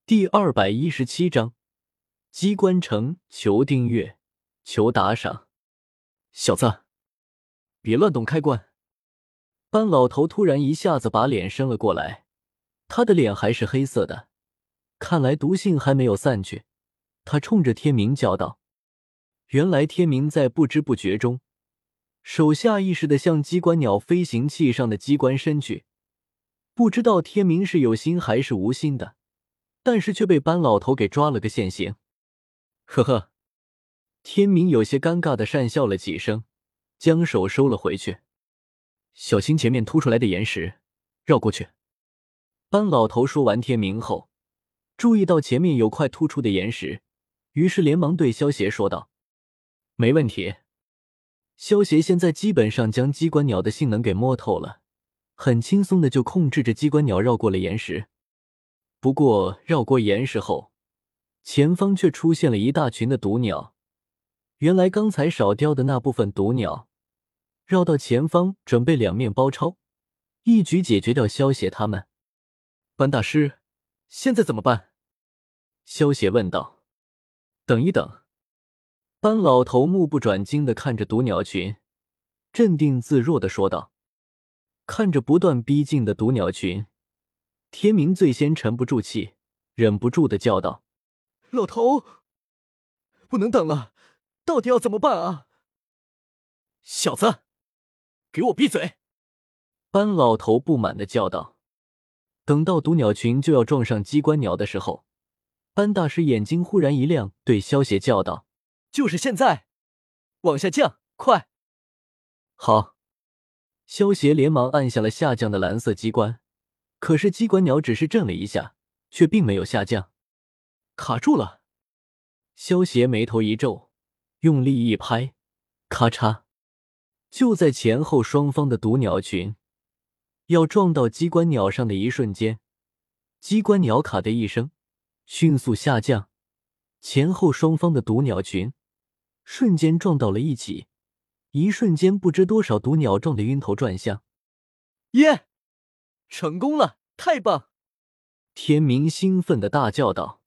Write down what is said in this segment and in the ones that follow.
第217章机关城，求订阅，求打赏。小子，别乱动开关！班老头突然一下子把脸伸了过来，他的脸还是黑色的，看来毒性还没有散去。他冲着天明叫道：原来天明在不知不觉中，手下意识地向机关鸟飞行器上的机关伸去，不知道天明是有心还是无心的，但是却被班老头给抓了个现行。呵呵，天明有些尴尬地讪笑了几声，将手收了回去。小心前面凸出来的岩石，绕过去。班老头说完天明后，注意到前面有块突出的岩石，于是连忙对萧协说道：没问题。萧协现在基本上将机关鸟的性能给摸透了，很轻松的就控制着机关鸟绕过了岩石。不过绕过岩石后，前方却出现了一大群的毒鸟。原来刚才少掉的那部分毒鸟绕到前方，准备两面包抄，一举解决掉萧协他们。班大师，现在怎么办？萧协问道。等一等。班老头目不转睛地看着毒鸟群，镇定自若地说道。看着不断逼近的毒鸟群，天明最先沉不住气，忍不住地叫道： 老头，不能等了，到底要怎么办啊？ 小子，给我闭嘴！ 班老头不满地叫道。等到毒鸟群就要撞上机关鸟的时候，班大师眼睛忽然一亮，对萧协叫道： 就是现在，往下降，快！ 好。萧协连忙按下了下降的蓝色机关，可是机关鸟只是震了一下，却并没有下降。卡住了。萧协眉头一皱，用力一拍，咔嚓！就在前后双方的毒鸟群要撞到机关鸟上的一瞬间，机关鸟卡的一声迅速下降，前后双方的毒鸟群瞬间撞到了一起，一瞬间不知多少毒鸟撞得晕头转向。 耶！成功了，太棒！ 天明兴奋地大叫道。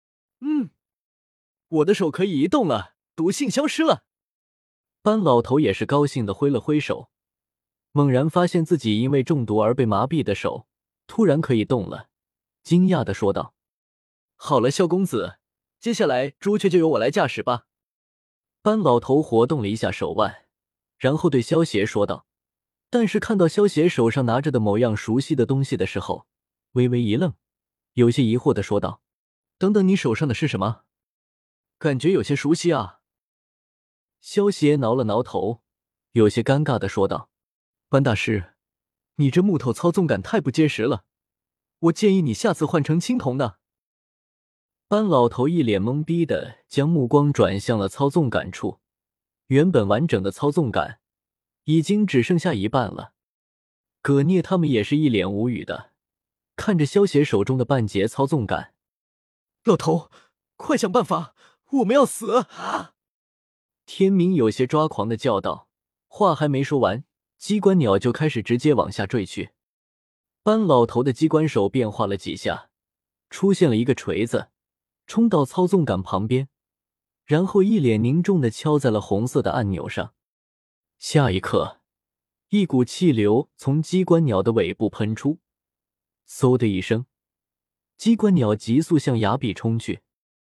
我的手可以移动了，毒性消失了。 班老头也是高兴地挥了挥手，猛然发现自己因为中毒而被麻痹的手突然可以动了，惊讶地说道： 好了，萧公子，接下来朱雀就由我来驾驶吧。 班老头活动了一下手腕，然后对萧协说道，但是看到萧协手上拿着的某样熟悉的东西的时候，微微一愣，有些疑惑地说道：等等，你手上的是什么？ 感觉有些熟悉啊。 萧协挠了挠头，有些尴尬地说道：班大师，你这木头操纵感太不结实了，我建议你下次换成青铜的。班老头一脸懵逼地将目光转向了操纵杆处，原本完整的操纵杆已经只剩下一半了。葛聂他们也是一脸无语的看着萧协手中的半截操纵杆。 老头，快想办法，我们要死啊！ 天明有些抓狂的叫道，话还没说完，机关鸟就开始直接往下坠去。班老头的机关手变化了几下，出现了一个锤子，冲到操纵杆旁边，然后一脸凝重地敲在了红色的按钮上。下一刻，一股气流从机关鸟的尾部喷出，嗖的一声，机关鸟急速向崖壁冲去。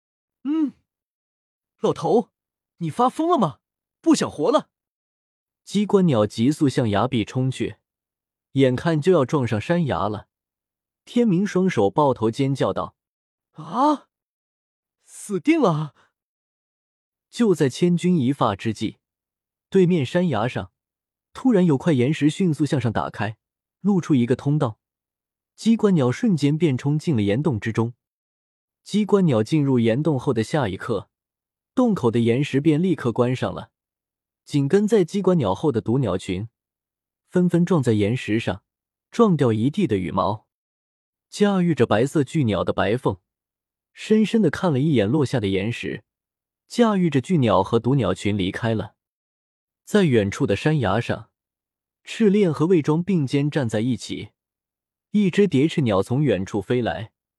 老头，你发疯了吗？不想活了？ 机关鸟急速向崖壁冲去，眼看就要撞上山崖了。天明双手抱头尖叫道： 啊！死定了！ 就在千钧一发之际，对面山崖上突然有块岩石迅速向上打开，露出一个通道，机关鸟瞬间便冲进了岩洞之中。机关鸟进入岩洞后的下一刻，洞口的岩石便立刻关上了，紧跟在机关鸟后的毒鸟群纷纷撞在岩石上，撞掉一地的羽毛。驾驭着白色巨鸟的白凤深深地看了一眼落下的岩石，驾驭着巨鸟和毒鸟群离开了。在远处的山崖上，赤练和魏庄并肩站在一起，一只蝶翅鸟从远处飞来，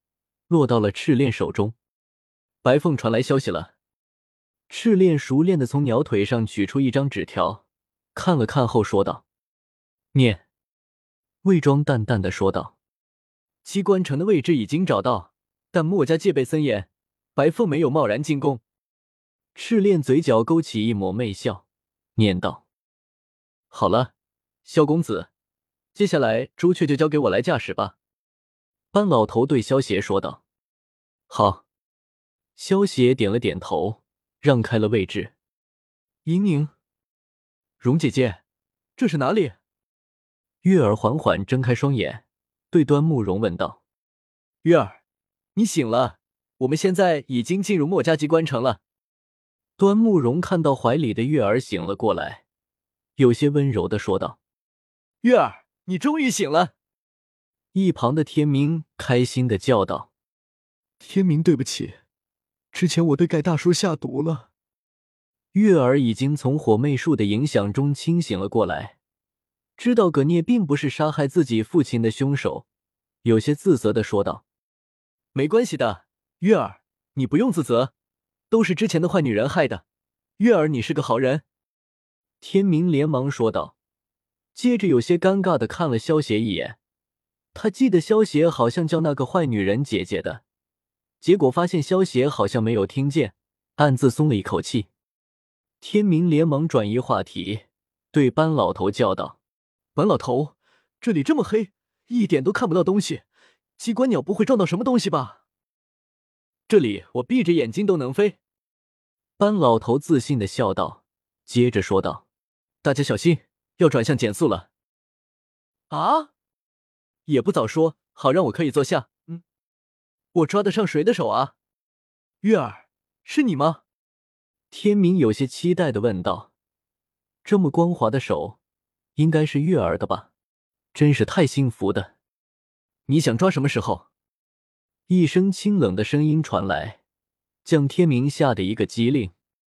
落到了赤练手中。白凤传来消息了。赤练熟练地从鸟腿上取出一张纸条，看了看后说道：“念。”魏庄淡淡的说道：“机关城的位置已经找到，但墨家戒备森严，白凤没有贸然进攻。”赤练嘴角勾起一抹媚笑，念道：“好了，萧公子，接下来朱雀就交给我来驾驶吧。”班老头对萧协说道：“好。”萧协点了点头，让开了位置。 莹莹， 蓉姐姐，这是哪里？月儿缓缓睁开双眼，对端木蓉问道：“月儿，你醒了，我们现在已经进入墨家机关城了。”端木蓉看到怀里的月儿醒了过来，有些温柔的说道：“月儿，你终于醒了。”一旁的天明开心的叫道：“ 天明，对不起，之前我对盖大叔下毒了。” 月儿已经从火媚术的影响中清醒了过来，知道葛聂并不是杀害自己父亲的凶手，有些自责的说道：“没关系的，月儿，你不用自责，都是之前的坏女人害的。月儿，你是个好人。”天明连忙说道，接着有些尴尬的看了萧协一眼。他记得萧协好像叫那个坏女人姐姐的，结果发现萧协好像没有听见，暗自松了一口气。天明连忙转移话题，对班老头叫道：“ 班老头，这里这么黑，一点都看不到东西，机关鸟不会撞到什么东西吧？”“ 这里我闭着眼睛都能飞。”班老头自信的笑道，接着说道：“大家小心，要转向减速了。”“啊？也不早说，好让我可以坐下。”“我抓得上谁的手啊？”“月儿，是你吗？”天明有些期待的问道：“这么光滑的手，应该是月儿的吧？真是太幸福的。你想抓什么时候？”一声清冷的声音传来，将天明吓得一个机灵。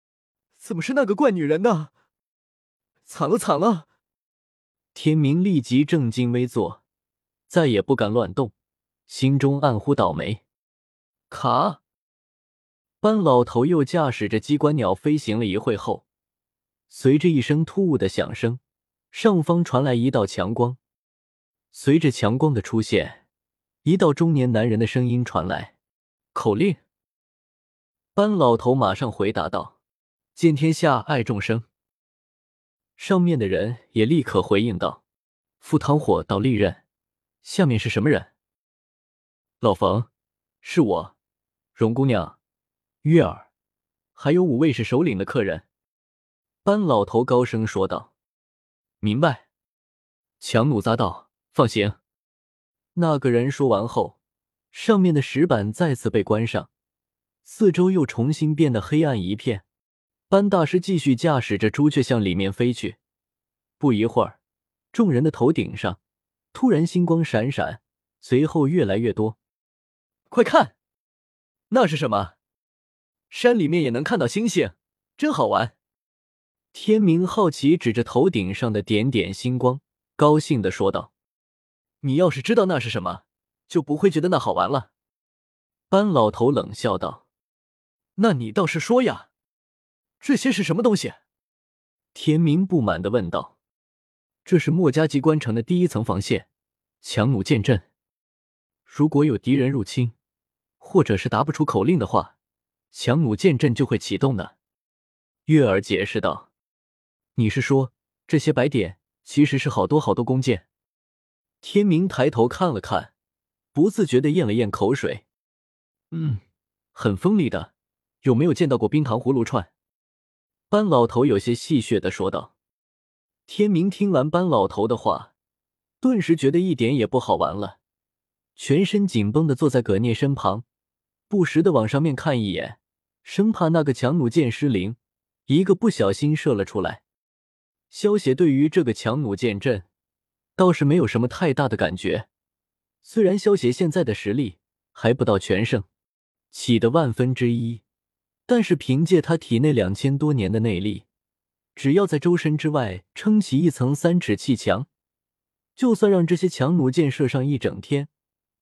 “怎么是那个怪女人呢？惨了惨了！” 天明立即正襟危坐，再也不敢乱动，心中暗呼倒霉。卡！班老头又驾驶着机关鸟飞行了一会后，随着一声突兀的响声，上方传来一道强光。随着强光的出现，一道中年男人的声音传来：“口令。”班老头马上回答道：“见天下，爱众生。”上面的人也立刻回应道：“赴汤火到利刃。”下面是什么人？老冯，是我，荣姑娘，月儿，还有5位是首领的客人。班老头高声说道：“明白。”强弩匝道，放行。那个人说完后，上面的石板再次被关上，四周又重新变得黑暗一片。班大师继续驾驶着朱雀向里面飞去。不一会儿，众人的头顶上突然星光闪闪，随后越来越多。快看，那是什么？山里面也能看到星星，真好玩。天明好奇指着头顶上的点点星光，高兴地说道：“你要是知道那是什么，就不会觉得那好玩了。”班老头冷笑道：“那你倒是说呀，这些是什么东西？”天明不满地问道：“这是墨家机关城的第1层防线，强弩剑阵。如果有敌人入侵，或者是答不出口令的话，强弩剑阵就会启动的。”月儿解释道：“你是说这些白点其实是好多好多弓箭？”天明抬头看了看，不自觉地咽了咽口水。很锋利的，有没有见到过冰糖葫芦串？班老头有些戏谑地说道。天明听完班老头的话，顿时觉得一点也不好玩了，全身紧绷地坐在葛聂身旁，不时地往上面看一眼，生怕那个强弩箭失灵，一个不小心射了出来。萧协对于这个强弩箭阵倒是没有什么太大的感觉，虽然萧协现在的实力还不到全胜，起的1/1000，但是凭借他体内2000多年的内力，只要在周身之外撑起一层3尺气墙，就算让这些强弩箭射上一整天，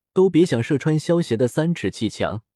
都别想射穿萧邪的3尺气墙。